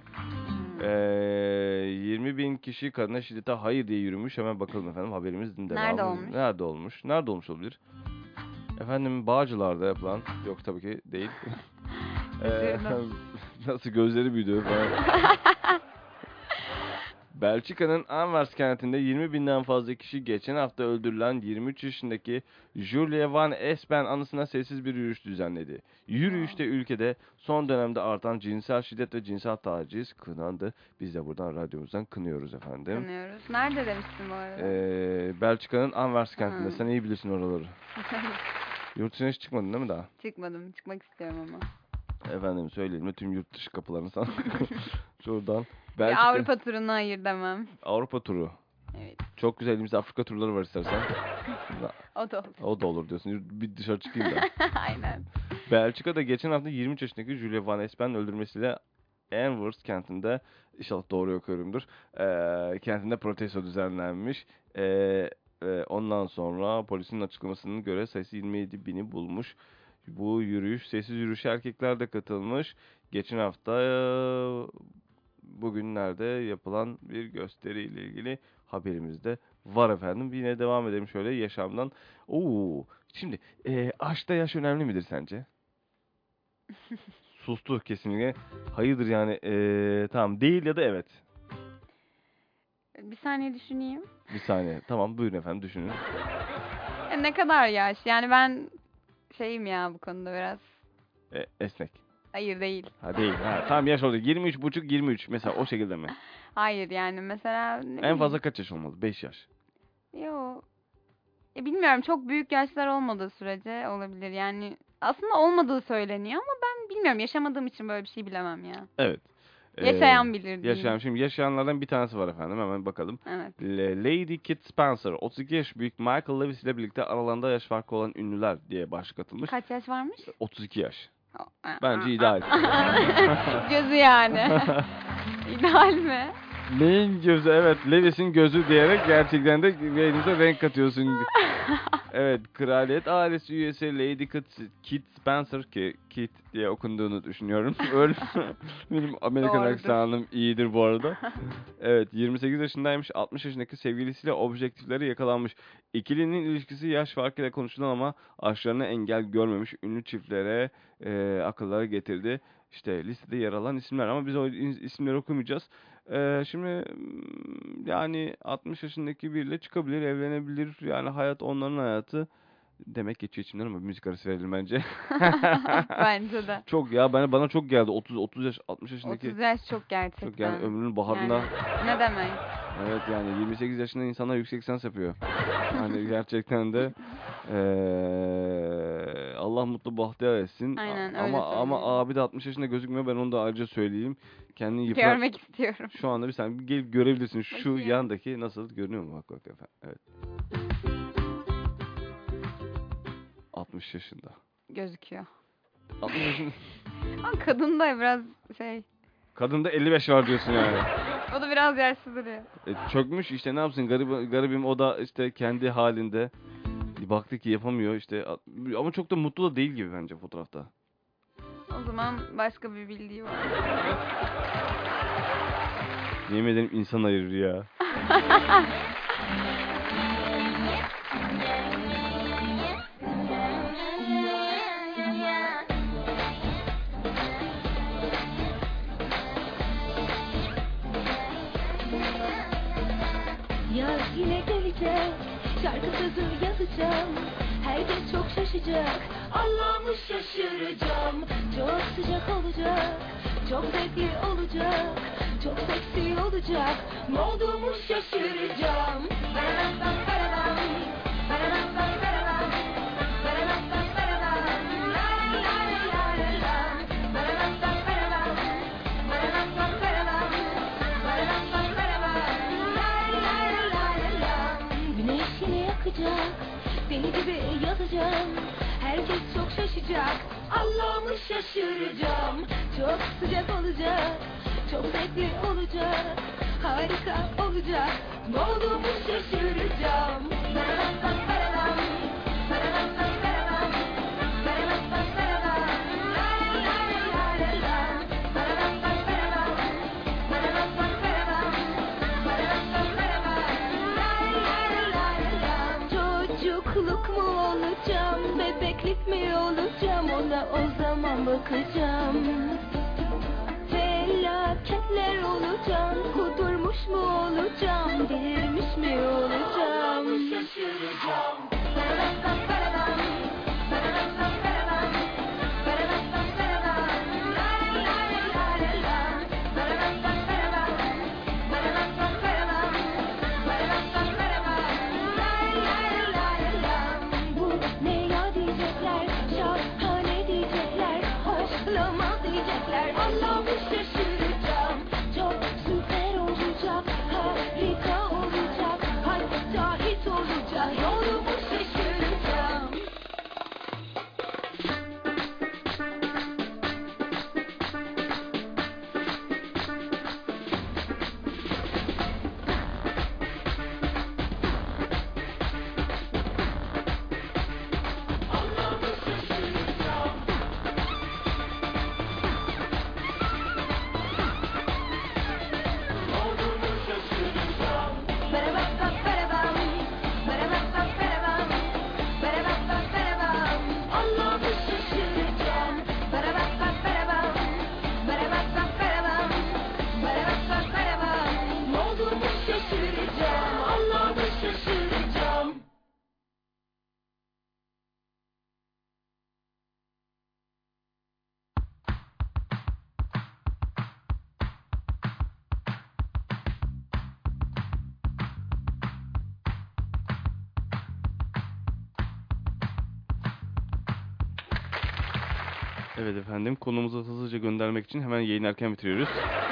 20.000 kişi kadına şiddete hayır diye yürümüş. Hemen bakalım efendim haberimiz devamı. Nerede olmuş? Nerede olmuş? Nerede olmuş olabilir? Efendim Bağcılar'da yapılan. Yok tabii ki değil. Şaşırdım. Nasıl gözleri büyüdü falan. Belçika'nın Anvers kentinde 20.000'den fazla kişi geçen hafta öldürülen 23 yaşındaki Julia van Espen anısına sessiz bir yürüyüş düzenledi. Yürüyüşte ülkede son dönemde artan cinsel şiddet ve cinsel taciz kınandı. Biz de buradan radyomuzdan kınıyoruz efendim. Kınıyoruz. Nerede demiştin bu arada? Belçika'nın Anvers kentinde. Sen iyi bilirsin oraları. Yurt dışına hiç çıkmadın değil mi daha? Çıkmadım. Çıkmak istiyorum ama. Efendim söyleyelim de tüm yurt dışı kapılarını sana. Şuradan. Bir Avrupa turuna hayır demem. Avrupa turu. Evet. Çok güzel, elimizde Afrika turları var istersen. O da olur. O da olur diyorsun. Bir dışarı çıkayım da. Aynen. Belçika'da geçen hafta 23 yaşındaki Julia van Espen'in öldürmesiyle Anvers kentinde, inşallah doğru okuyorumdur, kentinde protesto düzenlenmiş. Ondan sonra polisin açıklamasına göre sayısı 27.000'i bulmuş. Bu yürüyüş, sessiz yürüyüşe erkekler de katılmış. Geçen hafta bugünlerde yapılan bir gösteriyle ilgili haberimiz de var efendim. Yine devam edelim şöyle yaşamdan. Şimdi aşkta yaş önemli midir sence? Sustu kesinlikle. Hayırdır yani, tamam değil ya da evet. Bir saniye düşüneyim. Bir saniye. Tamam buyurun efendim düşünün. Ne kadar yaş? Yani ben şeyim ya bu konuda biraz. Esnek. Hayır değil. Ha değil. Ha, tamam yaş oldu. 23,5-23 mesela o şekilde mi? Hayır yani mesela ne En bileyim. fazla kaç yaş olmalı? 5 yaş. Yo. Bilmiyorum, çok büyük yaşlar olmadığı sürece olabilir. Yani aslında olmadığı söyleniyor ama ben bilmiyorum, yaşamadığım için böyle bir şey bilemem ya. Evet. Yaşayan bilir diyeyim. Şimdi yaşayanlardan bir tanesi var efendim. Hemen bakalım. Evet. Lady Kit Spencer, 32 yaş büyük Michael Lewis ile birlikte aralarında yaş farkı olan ünlüler diye başlık atılmış. Kaç yaş varmış? 32 yaş. Bence ideal. Gözü yani. İdeal mi? Neyin gözü? Evet, Lewis'in gözü diyerek gerçekten de yayınımıza renk katıyorsun. Evet, kraliyet ailesi üyesi Lady Kit Spencer, ki Kit diye okunduğunu düşünüyorum. Öyle. Benim Amerikan Doğrudur. aksanım iyidir bu arada. Evet, 28 yaşındaymış. 60 yaşındaki sevgilisiyle objektifleri yakalanmış. İkilinin ilişkisi yaş farkıyla konuşulan ama aşklarına engel görmemiş ünlü çiftlere akıllara getirdi. İşte listede yer alan isimler, ama biz o isimleri okumayacağız. Şimdi yani 60 yaşındaki biriyle çıkabilir, evlenebilir. Yani hayat onların hayatı. Demek geçiyor içimden, ama bir müzik arası verelim bence. Bence de. Çok ya, bana çok geldi. 30 yaş, 60 yaşındaki 30 yaş çok gerçekten. çok, yani ömrünün baharında. Yani, ne demek? Evet, yani 28 yaşında insanlar yüksek lisans yapıyor. Hani gerçekten de Allah mutlu bahtiyar etsin. Aynen, öyle Ama söyleyeyim. abi de 60 yaşında gözükmüyor. Ben onu da ayrıca söyleyeyim. Kendini Görmek istiyorum. Şu anda bir sen gelip görebilirsin. Şu Bakayım. yandaki nasıl görünüyor mu? Bak efendim. Evet. 60 yaşında. Gözüküyor. 60 yaşında. Ama kadın da biraz şey. Kadında 55 var diyorsun yani. O da biraz yaşlı duruyor. Çökmüş işte, ne yapsın, garibim, o da işte kendi halinde. Baktı ki yapamıyor işte, ama çok da mutlu da değil gibi bence fotoğrafta. O zaman başka bir bildiği var. Yemin ederim insan ayırır ya. Yaz yine gelecek, şarkı sözü yazacağım. Herkes çok şaşacak, Allah'ımı şaşıracağım. Çok sıcak olacak, çok zevkli olacak, çok seksi olacak. Ne olduğumu şaşıracağım. Güneş yine yakacak, deli gibi yazacağım. Herkes çok şaşacak, Allah'ımı şaşıracağım. Çok sıcak olacak, çok zevkli olacak, harika olacak. Ne olduğumu şaşıracağım. Çocukluk mu olacağım, bebeklik mi olacağım, ona o zaman bakacağım. Felaketler olacağım, kudurmuş mu olacağım, delirmiş mi olacağım? Şaşıracağım. Bu ne ya diyecekler, şahane diyecekler, hoşlama diyecekler. Allah'ımı şaşıracağım. Çok süper olacak, harika olacak, hatta hit olacak. Yolumu şaşıracağım. Allah'ımı şaşıracağım. Ne olduğumu şaşıracağım. Allah'ımı şaşıracağım. Evet efendim, konumuzu hızlıca göndermek için hemen yayın erken bitiriyoruz.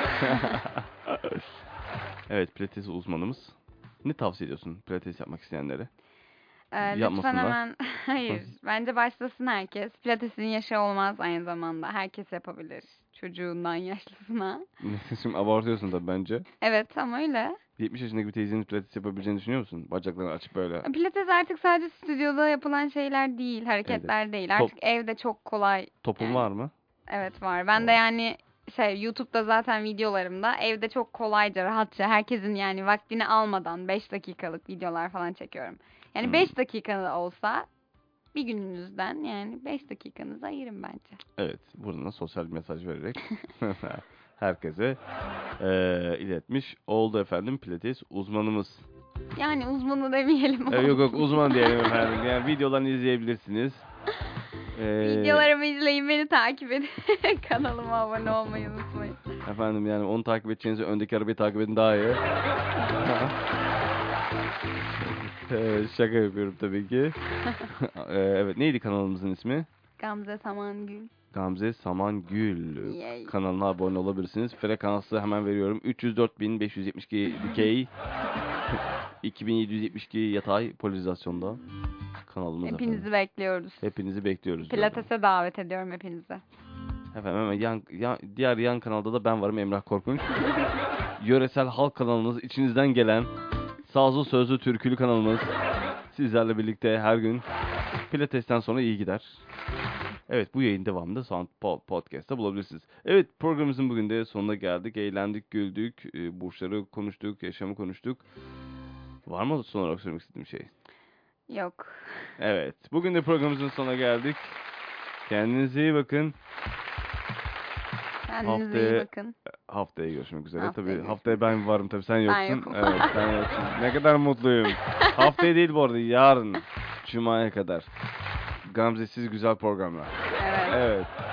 Evet, pilates uzmanımız. Ne tavsiye ediyorsun pilates yapmak isteyenlere? Lütfen Yapmasınlar. hemen. Hayır. Bence başlasın herkes. Pilatesin yaşı olmaz aynı zamanda. Herkes yapabilir. Çocuğundan yaşlısına. Şimdi abartıyorsun tabii bence. Evet ama öyle. 70 yaşındaki bir teyzenin pilates yapabileceğini düşünüyor musun? Bacaklarını açıp böyle. Pilates artık sadece stüdyoda yapılan şeyler değil, hareketler değil. Artık evde çok kolay. Topun Yani. var mı? Evet var. Ben de yani YouTube'da zaten videolarımda evde çok kolayca, rahatça herkesin yani vaktini almadan 5 dakikalık videolar falan çekiyorum. Yani 5 dakika olsa bir gününüzden yani 5 dakikanızı ayırın bence. Evet. Buradan sosyal bir mesaj vererek herkese iletmiş oldu efendim pilates uzmanımız. Yani uzmanı demeyelim. Yok uzman diyelim efendim. Yani videolarını izleyebilirsiniz. Videolarımı izleyin, beni takip edin. Kanalıma abone olmayı unutmayın. Efendim yani onu takip edeceğinize öndeki arabayı takip edin daha iyi. Şaka yapıyorum tabii ki. Evet neydi kanalımızın ismi? Gamze Samangül. Gamze Samangül. Yay. Kanalına abone olabilirsiniz. Frekansı hemen veriyorum. 304.572 dikey. 2772 yatay polarizasyonda kanalımız Hepinizi efendim. bekliyoruz. Hepinizi bekliyoruz. Pilates'e davet ediyorum hepinizi. Efendim hemen diğer yan kanalda da ben varım Emrah Korkunç. Yöresel halk kanalınız, içinizden gelen sazlı sözlü türkülü kanalımız sizlerle birlikte her gün Pilates'ten sonra iyi gider. Evet bu yayın devamında Sound Podcast'ta bulabilirsiniz. Evet programımızın bugün de sonuna geldik. Eğlendik, güldük, burçları konuştuk, yaşamı konuştuk. Var mı son olarak söylemek istediğim şey? Yok. Evet bugün de programımızın sonuna geldik. Kendinize iyi bakın. Kendinize iyi bakın. Haftaya görüşmek üzere. Haftaya Tabii haftaya ben varım tabii sen yoksun. yokum. Evet sen yoksun. Ne kadar mutluyum. Haftaya değil bu arada yarın. Cuma'ya kadar. Gamze'siz güzel programlar. Evet. Evet.